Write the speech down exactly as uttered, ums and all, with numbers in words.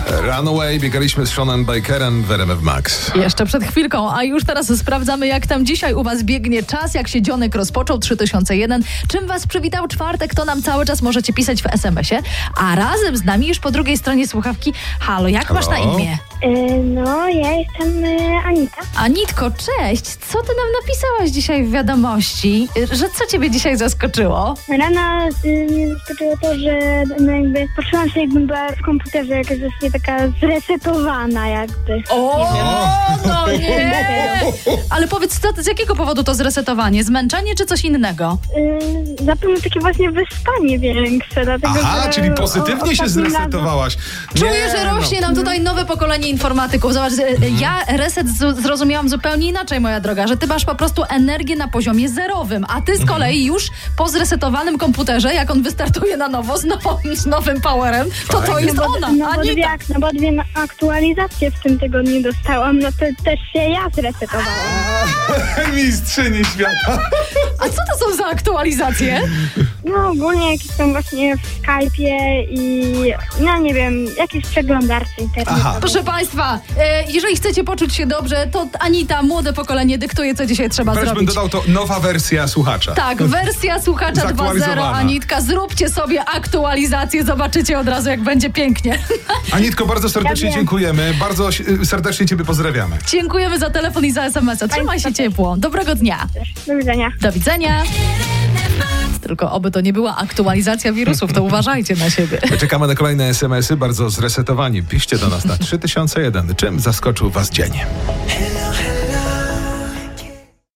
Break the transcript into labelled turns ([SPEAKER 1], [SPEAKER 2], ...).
[SPEAKER 1] Runaway biegaliśmy z Seanem Bakerem w R M F Max.
[SPEAKER 2] Jeszcze przed chwilką, a już teraz sprawdzamy, jak tam dzisiaj u was biegnie czas, jak się dzionek rozpoczął, trzy tysiące jeden. Czym was przywitał czwartek, to nam cały czas możecie pisać w es em esie. A razem z nami już po drugiej stronie słuchawki. Halo, jak
[SPEAKER 1] Halo?
[SPEAKER 2] masz na imię?
[SPEAKER 3] Y, no, ja jestem y, Anita.
[SPEAKER 2] Anitko, cześć. Co ty nam napisałaś dzisiaj w wiadomości? Że co ciebie dzisiaj zaskoczyło?
[SPEAKER 3] Rano y, mnie zaskoczyło to, że no jakby poczułam się, jakbym była w komputerze jakaś właśnie taka zresetowana jakby.
[SPEAKER 2] O, no nie! Ale powiedz, co, z jakiego powodu to zresetowanie? Zmęczenie czy coś innego?
[SPEAKER 3] Y, zapewne takie właśnie wyspanie większe, dlatego
[SPEAKER 1] Aha,
[SPEAKER 3] że
[SPEAKER 1] czyli pozytywnie
[SPEAKER 3] o-
[SPEAKER 1] się
[SPEAKER 3] ostatnim
[SPEAKER 1] zresetowałaś.
[SPEAKER 2] Czuję,
[SPEAKER 1] Nie,
[SPEAKER 2] że rośnie
[SPEAKER 1] no.
[SPEAKER 2] nam tutaj nowe pokolenie informatyków. Zobacz,
[SPEAKER 1] Mhm.
[SPEAKER 2] ja reset z- zrozumiałam zupełnie inaczej, moja droga, że ty masz po prostu energię na poziomie zerowym, a ty z
[SPEAKER 1] Mhm.
[SPEAKER 2] kolei już po zresetowanym komputerze, jak on wystartuje na nowo z, now, z nowym powerem, to to
[SPEAKER 1] Fajnie.
[SPEAKER 2] jest
[SPEAKER 3] No bo,
[SPEAKER 2] ona,
[SPEAKER 3] no, bo dwie,
[SPEAKER 2] Anita.
[SPEAKER 3] ak- no bo dwie aktualizacje w tym tygodniu dostałam, no to też się ja zresetowałam.
[SPEAKER 1] Mistrzyni świata.
[SPEAKER 2] A co to są za aktualizacje?
[SPEAKER 3] No ogólnie jakieś tam właśnie w Skype'ie i no nie wiem, jakieś przeglądarce internetowe.
[SPEAKER 1] Aha.
[SPEAKER 2] Proszę Państwa, e, jeżeli chcecie poczuć się dobrze, to Anita, młode pokolenie, dyktuje, co dzisiaj trzeba
[SPEAKER 1] Wręcz bym
[SPEAKER 2] zrobić.
[SPEAKER 1] dodał to nowa wersja słuchacza.
[SPEAKER 2] Tak, wersja słuchacza dwa zero,
[SPEAKER 1] Zaktualizowana.
[SPEAKER 2] Anitka. Zróbcie sobie aktualizację, zobaczycie od razu, jak będzie pięknie.
[SPEAKER 1] Anitko, bardzo serdecznie
[SPEAKER 3] Ja wiem.
[SPEAKER 1] dziękujemy. Bardzo y, serdecznie ciebie pozdrawiamy.
[SPEAKER 2] Dziękujemy za telefon i za es em es a. Trzymaj się ciepło. Dobrego dnia.
[SPEAKER 3] Do widzenia.
[SPEAKER 2] Do widzenia. Tylko oby to nie była aktualizacja wirusów, to uważajcie na siebie.
[SPEAKER 1] Czekamy na kolejne es em esy, bardzo zresetowani. Piszcie do nas na trzy tysiące jeden. Czym zaskoczył was dzień?